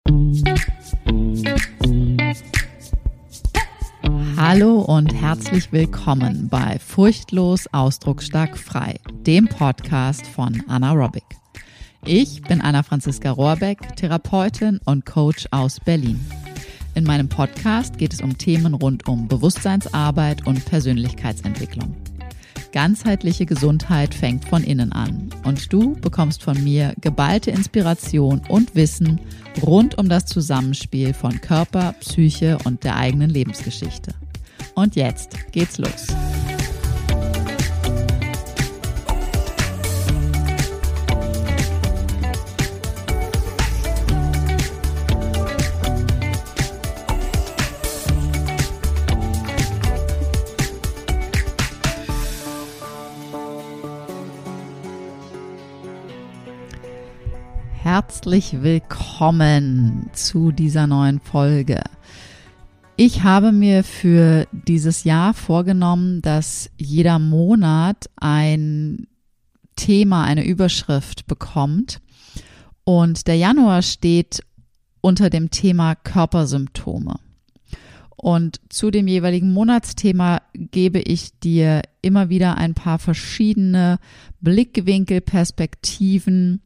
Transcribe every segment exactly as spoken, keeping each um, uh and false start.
Hallo und herzlich willkommen bei Furchtlos Ausdrucksstark frei, dem Podcast von Anna Robic. Ich bin Anna-Franziska Rohrbeck, Therapeutin und Coach aus Berlin. In meinem Podcast geht es um Themen rund um Bewusstseinsarbeit und Persönlichkeitsentwicklung. Ganzheitliche Gesundheit fängt von innen an und du bekommst von mir geballte Inspiration und Wissen rund um das Zusammenspiel von Körper, Psyche und der eigenen Lebensgeschichte. Und jetzt geht's los. Herzlich willkommen zu dieser neuen Folge. Ich habe mir für dieses Jahr vorgenommen, dass jeder Monat ein Thema, eine Überschrift bekommt. Und der Januar steht unter dem Thema Körpersymptome. Und zu dem jeweiligen Monatsthema gebe ich dir immer wieder ein paar verschiedene Blickwinkel, Perspektiven,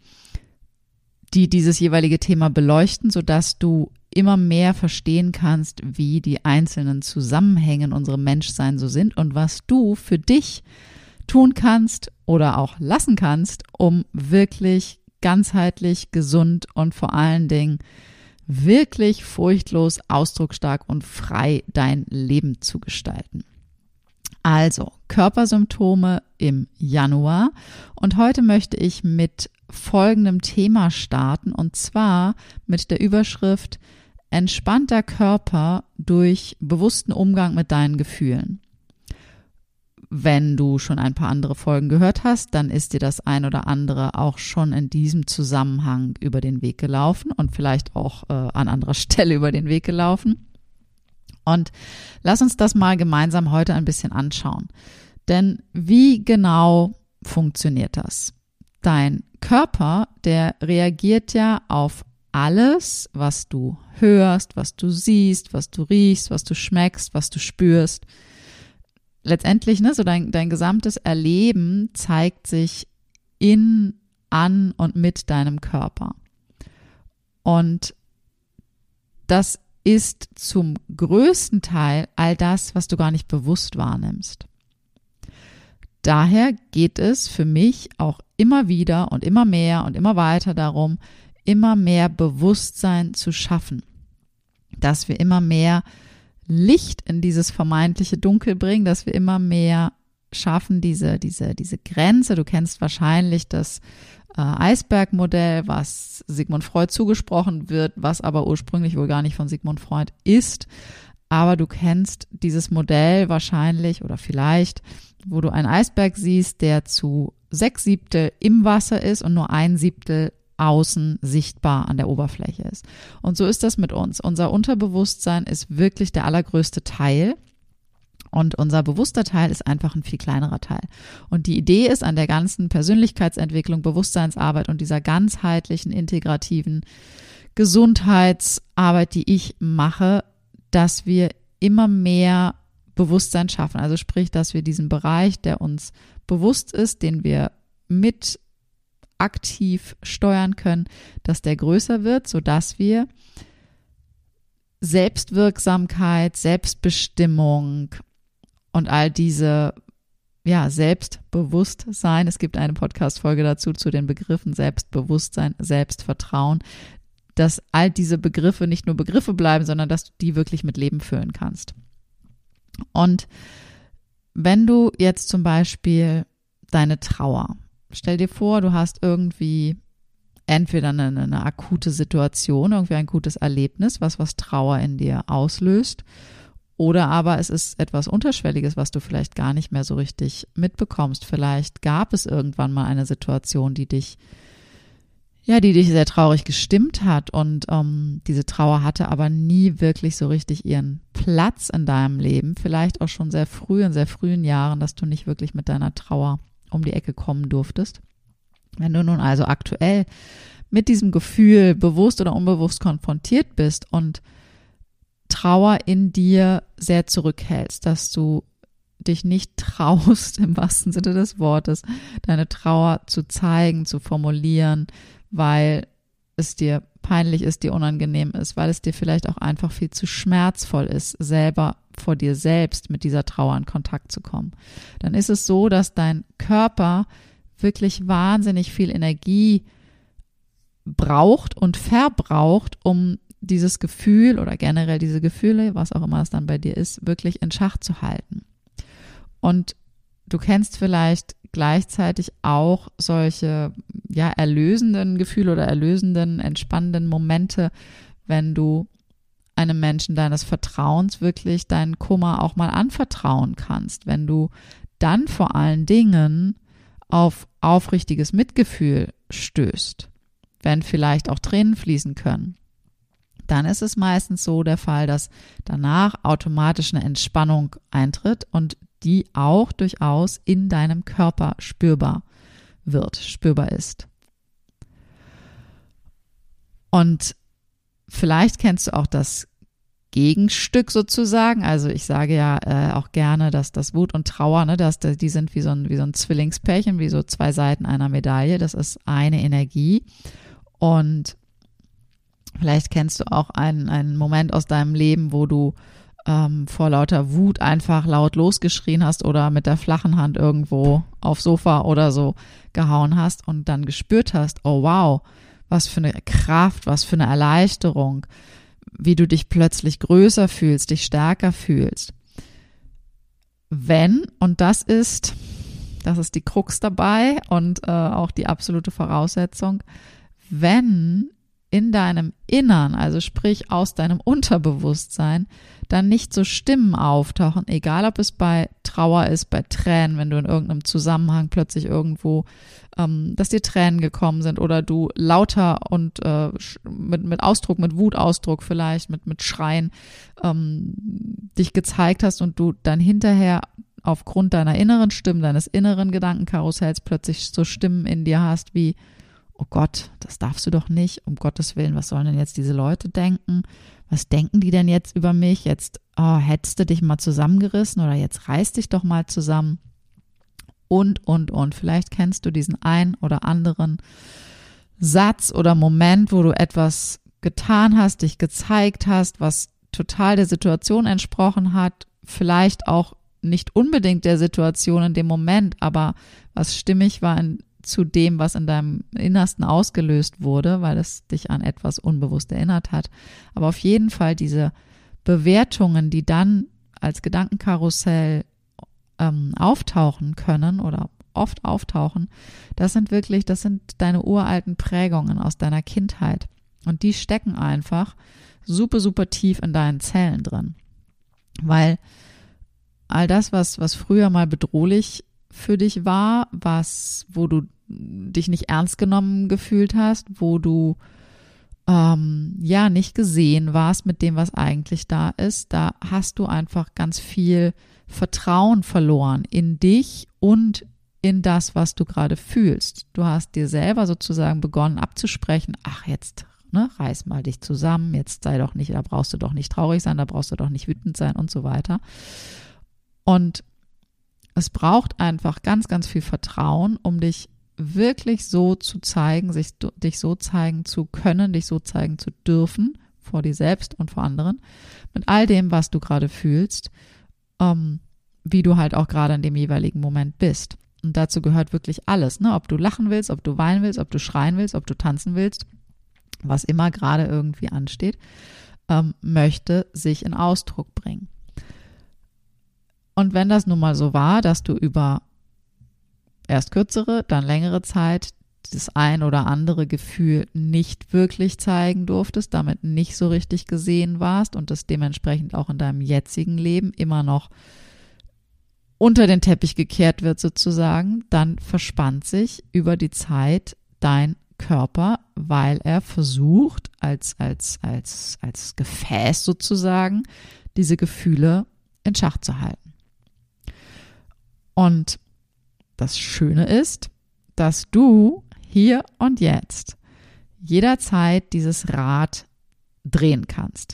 die dieses jeweilige Thema beleuchten, sodass du immer mehr verstehen kannst, wie die einzelnen Zusammenhänge in unserem Menschsein so sind und was du für dich tun kannst oder auch lassen kannst, um wirklich ganzheitlich, gesund und vor allen Dingen wirklich furchtlos, ausdrucksstark und frei dein Leben zu gestalten. Also, Körpersymptome im Januar und heute möchte ich mit folgendem Thema starten und zwar mit der Überschrift Entspannter Körper durch bewussten Umgang mit deinen Gefühlen. Wenn du schon ein paar andere Folgen gehört hast, dann ist dir das ein oder andere auch schon in diesem Zusammenhang über den Weg gelaufen und vielleicht auch äh, an anderer Stelle über den Weg gelaufen. Und lass uns das mal gemeinsam heute ein bisschen anschauen. Denn wie genau funktioniert das? Dein Körper, der reagiert ja auf alles, was du hörst, was du siehst, was du riechst, was du schmeckst, was du spürst. Letztendlich, ne, so dein, dein gesamtes Erleben zeigt sich in, an und mit deinem Körper. Und das ist zum größten Teil all das, was du gar nicht bewusst wahrnimmst. Daher geht es für mich auch immer wieder und immer mehr und immer weiter darum, immer mehr Bewusstsein zu schaffen, dass wir immer mehr Licht in dieses vermeintliche Dunkel bringen, dass wir immer mehr schaffen, diese, diese, diese Grenze. Du kennst wahrscheinlich das äh, Eisbergmodell, was Sigmund Freud zugesprochen wird, was aber ursprünglich wohl gar nicht von Sigmund Freud ist. Aber du kennst dieses Modell wahrscheinlich oder vielleicht, wo du einen Eisberg siehst, der zu sechs Siebtel im Wasser ist und nur ein Siebtel außen sichtbar an der Oberfläche ist. Und so ist das mit uns. Unser Unterbewusstsein ist wirklich der allergrößte Teil und unser bewusster Teil ist einfach ein viel kleinerer Teil. Und die Idee ist an der ganzen Persönlichkeitsentwicklung, Bewusstseinsarbeit und dieser ganzheitlichen, integrativen Gesundheitsarbeit, die ich mache, dass wir immer mehr Bewusstsein schaffen. Also sprich, dass wir diesen Bereich, der uns bewusst ist, den wir mit aktiv steuern können, dass der größer wird, sodass wir Selbstwirksamkeit, Selbstbestimmung und all diese, ja, Selbstbewusstsein, es gibt eine Podcast-Folge dazu zu den Begriffen Selbstbewusstsein, Selbstvertrauen, dass all diese Begriffe nicht nur Begriffe bleiben, sondern dass du die wirklich mit Leben füllen kannst. Und wenn du jetzt zum Beispiel deine Trauer, stell dir vor, du hast irgendwie entweder eine, eine akute Situation, irgendwie ein gutes Erlebnis, was was Trauer in dir auslöst, oder aber es ist etwas Unterschwelliges, was du vielleicht gar nicht mehr so richtig mitbekommst. Vielleicht gab es irgendwann mal eine Situation, die dich ja, die dich sehr traurig gestimmt hat und ähm, diese Trauer hatte aber nie wirklich so richtig ihren Platz in deinem Leben, vielleicht auch schon sehr früh, in sehr frühen Jahren, dass du nicht wirklich mit deiner Trauer um die Ecke kommen durftest. Wenn du nun also aktuell mit diesem Gefühl bewusst oder unbewusst konfrontiert bist und Trauer in dir sehr zurückhältst, dass du dich nicht traust, im wahrsten Sinne des Wortes, deine Trauer zu zeigen, zu formulieren, weil es dir peinlich ist, dir unangenehm ist, weil es dir vielleicht auch einfach viel zu schmerzvoll ist, selber vor dir selbst mit dieser Trauer in Kontakt zu kommen. Dann ist es so, dass dein Körper wirklich wahnsinnig viel Energie braucht und verbraucht, um dieses Gefühl oder generell diese Gefühle, was auch immer es dann bei dir ist, wirklich in Schach zu halten. Und du kennst vielleicht gleichzeitig auch solche ja erlösenden Gefühle oder erlösenden, entspannenden Momente, wenn du einem Menschen deines Vertrauens wirklich deinen Kummer auch mal anvertrauen kannst, wenn du dann vor allen Dingen auf aufrichtiges Mitgefühl stößt, wenn vielleicht auch Tränen fließen können, dann ist es meistens so der Fall, dass danach automatisch eine Entspannung eintritt und die auch durchaus in deinem Körper spürbar wird, spürbar ist. Und vielleicht kennst du auch das Gegenstück sozusagen. Also ich sage ja äh, auch gerne, dass das Wut und Trauer, ne, dass die sind wie so ein wie so ein Zwillingspärchen, wie so zwei Seiten einer Medaille. Das ist eine Energie. Und vielleicht kennst du auch einen einen Moment aus deinem Leben, wo du ähm, vor lauter Wut einfach laut losgeschrien hast oder mit der flachen Hand irgendwo aufs Sofa oder so gehauen hast und dann gespürt hast, oh wow, was für eine Kraft, was für eine Erleichterung, wie du dich plötzlich größer fühlst, dich stärker fühlst. Wenn, und das ist, das ist die Krux dabei und äh, auch die absolute Voraussetzung, wenn in deinem Innern, also sprich aus deinem Unterbewusstsein, dann nicht so Stimmen auftauchen, egal ob es bei Trauer ist, bei Tränen, wenn du in irgendeinem Zusammenhang plötzlich irgendwo, ähm, dass dir Tränen gekommen sind oder du lauter und äh, mit, mit Ausdruck, mit Wutausdruck vielleicht, mit, mit Schreien ähm, dich gezeigt hast und du dann hinterher aufgrund deiner inneren Stimmen, deines inneren Gedankenkarussells plötzlich so Stimmen in dir hast wie, oh Gott, das darfst du doch nicht, um Gottes Willen, was sollen denn jetzt diese Leute denken? Was denken die denn jetzt über mich? Jetzt oh, hättest du dich mal zusammengerissen oder jetzt reiß dich doch mal zusammen. Und, und, und. Vielleicht kennst du diesen ein oder anderen Satz oder Moment, wo du etwas getan hast, dich gezeigt hast, was total der Situation entsprochen hat. Vielleicht auch nicht unbedingt der Situation in dem Moment, aber was stimmig war in zu dem, was in deinem Innersten ausgelöst wurde, weil es dich an etwas unbewusst erinnert hat. Aber auf jeden Fall diese Bewertungen, die dann als Gedankenkarussell ähm, auftauchen können oder oft auftauchen, das sind wirklich, das sind deine uralten Prägungen aus deiner Kindheit. Und die stecken einfach super, super tief in deinen Zellen drin. Weil all das, was, was früher mal bedrohlich für dich war, was, wo du dich nicht ernst genommen gefühlt hast, wo du ähm, ja nicht gesehen warst mit dem, was eigentlich da ist, da hast du einfach ganz viel Vertrauen verloren in dich und in das, was du gerade fühlst. Du hast dir selber sozusagen begonnen abzusprechen, ach jetzt, ne, reiß mal dich zusammen, jetzt sei doch nicht, da brauchst du doch nicht traurig sein, da brauchst du doch nicht wütend sein und so weiter. Und es braucht einfach ganz, ganz viel Vertrauen, um dich wirklich so zu zeigen, sich, dich so zeigen zu können, dich so zeigen zu dürfen, vor dir selbst und vor anderen, mit all dem, was du gerade fühlst, ähm, wie du halt auch gerade in dem jeweiligen Moment bist. Und dazu gehört wirklich alles, ne? Ob du lachen willst, ob du weinen willst, ob du schreien willst, ob du tanzen willst, was immer gerade irgendwie ansteht, ähm, möchte sich in Ausdruck bringen. Und wenn das nun mal so war, dass du über erst kürzere, dann längere Zeit das ein oder andere Gefühl nicht wirklich zeigen durftest, damit nicht so richtig gesehen warst und das dementsprechend auch in deinem jetzigen Leben immer noch unter den Teppich gekehrt wird sozusagen, dann verspannt sich über die Zeit dein Körper, weil er versucht, als, als, als, als Gefäß sozusagen, diese Gefühle in Schach zu halten. Und das Schöne ist, dass du hier und jetzt jederzeit dieses Rad drehen kannst.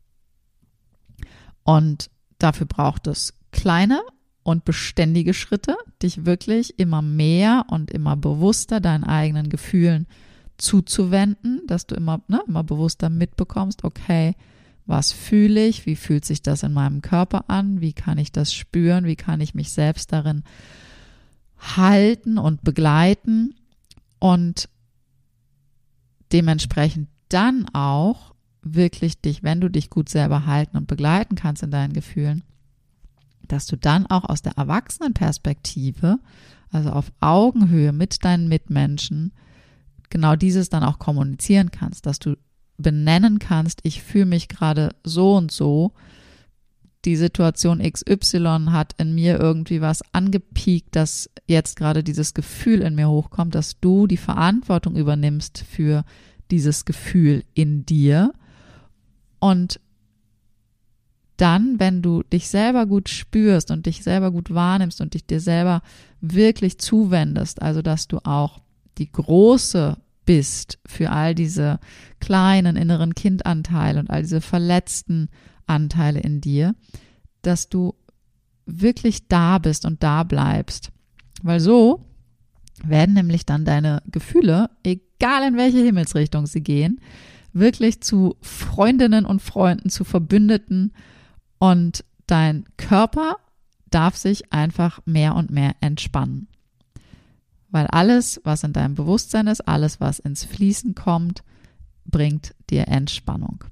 Und dafür braucht es kleine und beständige Schritte, dich wirklich immer mehr und immer bewusster deinen eigenen Gefühlen zuzuwenden, dass du immer, ne, immer bewusster mitbekommst, okay, was fühle ich, wie fühlt sich das in meinem Körper an, wie kann ich das spüren, wie kann ich mich selbst darin halten und begleiten und dementsprechend dann auch wirklich dich, wenn du dich gut selber halten und begleiten kannst in deinen Gefühlen, dass du dann auch aus der Erwachsenenperspektive, also auf Augenhöhe mit deinen Mitmenschen, genau dieses dann auch kommunizieren kannst, dass du benennen kannst, ich fühle mich gerade so und so, die Situation X Y hat in mir irgendwie was angepiekt, dass jetzt gerade dieses Gefühl in mir hochkommt, dass du die Verantwortung übernimmst für dieses Gefühl in dir. Und dann, wenn du dich selber gut spürst und dich selber gut wahrnimmst und dich dir selber wirklich zuwendest, also dass du auch die große bist für all diese kleinen inneren Kindanteile und all diese verletzten Anteile in dir, dass du wirklich da bist und da bleibst. Weil so werden nämlich dann deine Gefühle, egal in welche Himmelsrichtung sie gehen, wirklich zu Freundinnen und Freunden, zu Verbündeten, und dein Körper darf sich einfach mehr und mehr entspannen. Weil alles, was in deinem Bewusstsein ist, alles, was ins Fließen kommt, bringt dir Entspannung.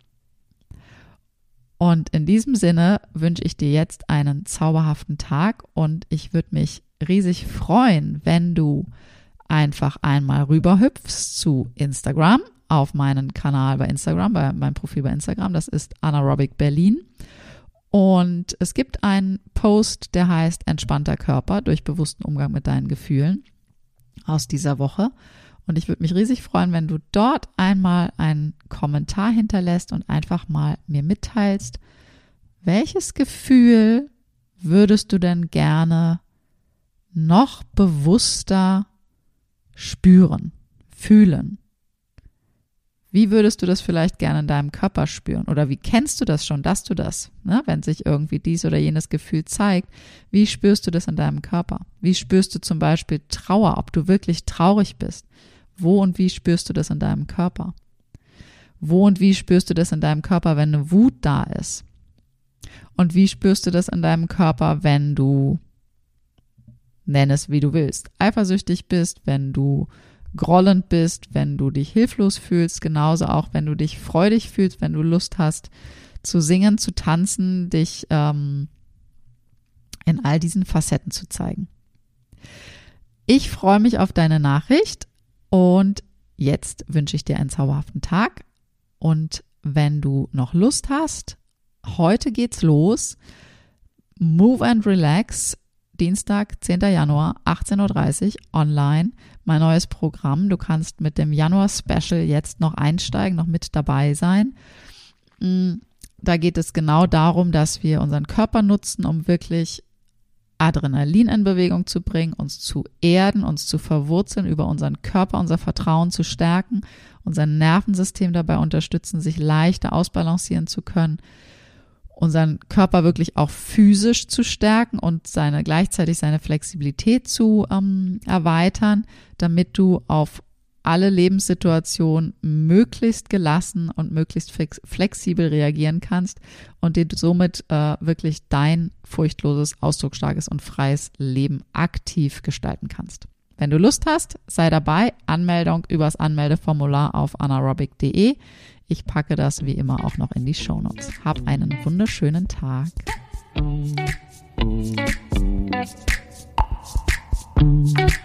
Und in diesem Sinne wünsche ich dir jetzt einen zauberhaften Tag und ich würde mich riesig freuen, wenn du einfach einmal rüberhüpfst zu Instagram, auf meinen Kanal bei Instagram, bei meinem Profil bei Instagram, das ist Anaerobic Berlin. Und es gibt einen Post, der heißt Entspannter Körper durch bewussten Umgang mit deinen Gefühlen aus dieser Woche. Und ich würde mich riesig freuen, wenn du dort einmal einen Kommentar hinterlässt und einfach mal mir mitteilst, welches Gefühl würdest du denn gerne noch bewusster spüren, fühlen? Wie würdest du das vielleicht gerne in deinem Körper spüren? Oder wie kennst du das schon, dass du das, ne, wenn sich irgendwie dies oder jenes Gefühl zeigt, wie spürst du das in deinem Körper? Wie spürst du zum Beispiel Trauer, ob du wirklich traurig bist? Wo und wie spürst du das in deinem Körper? Wo und wie spürst du das in deinem Körper, wenn eine Wut da ist? Und wie spürst du das in deinem Körper, wenn du, nenn es wie du willst, eifersüchtig bist, wenn du grollend bist, wenn du dich hilflos fühlst, genauso auch, wenn du dich freudig fühlst, wenn du Lust hast zu singen, zu tanzen, dich ähm, in all diesen Facetten zu zeigen. Ich freue mich auf deine Nachricht und jetzt wünsche ich dir einen zauberhaften Tag und wenn du noch Lust hast, heute geht's los, Move and Relax, Dienstag, zehnter Januar, achtzehn Uhr dreißig, online, mein neues Programm. Du kannst mit dem Januar-Special jetzt noch einsteigen, noch mit dabei sein. Da geht es genau darum, dass wir unseren Körper nutzen, um wirklich Adrenalin in Bewegung zu bringen, uns zu erden, uns zu verwurzeln, über unseren Körper, unser Vertrauen zu stärken, unser Nervensystem dabei unterstützen, sich leichter ausbalancieren zu können, unseren Körper wirklich auch physisch zu stärken und seine gleichzeitig seine Flexibilität zu ähm, erweitern, damit du auf alle Lebenssituationen möglichst gelassen und möglichst flex- flexibel reagieren kannst und dir somit äh, wirklich dein furchtloses, ausdrucksstarkes und freies Leben aktiv gestalten kannst. Wenn du Lust hast, sei dabei. Anmeldung übers Anmeldeformular auf anaerobic punkt de. Ich packe das wie immer auch noch in die Shownotes. Hab einen wunderschönen Tag. Thank you.